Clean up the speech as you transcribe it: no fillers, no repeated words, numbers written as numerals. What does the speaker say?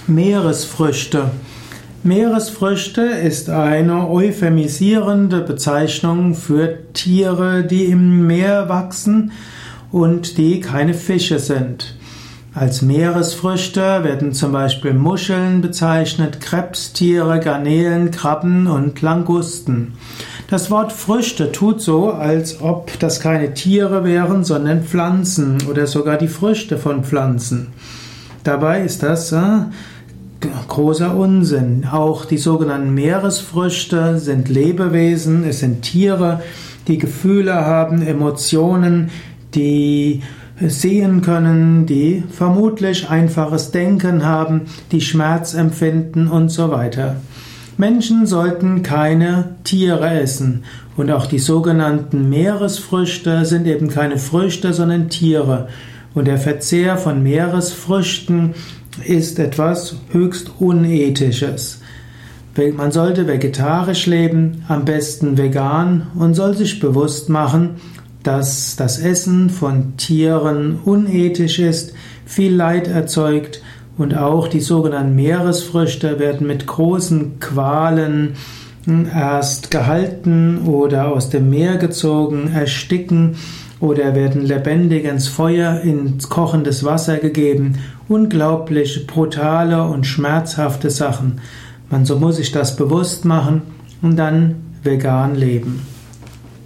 Meeresfrüchte. Meeresfrüchte ist eine euphemisierende Bezeichnung für Tiere, die im Meer wachsen und die keine Fische sind. Als Meeresfrüchte werden zum Beispiel Muscheln bezeichnet, Krebstiere, Garnelen, Krabben und Langusten. Das Wort Früchte tut so, als ob das keine Tiere wären, sondern Pflanzen oder sogar die Früchte von Pflanzen. Dabei ist das großer Unsinn. Auch die sogenannten Meeresfrüchte sind Lebewesen, es sind Tiere, die Gefühle haben, Emotionen, die sehen können, die vermutlich einfaches Denken haben, die Schmerz empfinden und so weiter. Menschen sollten keine Tiere essen und auch die sogenannten Meeresfrüchte sind eben keine Früchte, sondern Tiere. Und der Verzehr von Meeresfrüchten ist etwas höchst Unethisches. Man sollte vegetarisch leben, am besten vegan und soll sich bewusst machen, dass das Essen von Tieren unethisch ist, viel Leid erzeugt und auch die sogenannten Meeresfrüchte werden mit großen Qualen erst gehalten oder aus dem Meer gezogen, ersticken oder werden lebendig ins Feuer, ins kochendes Wasser gegeben. Unglaublich brutale und schmerzhafte Sachen. Man muss sich das bewusst machen und dann vegan leben.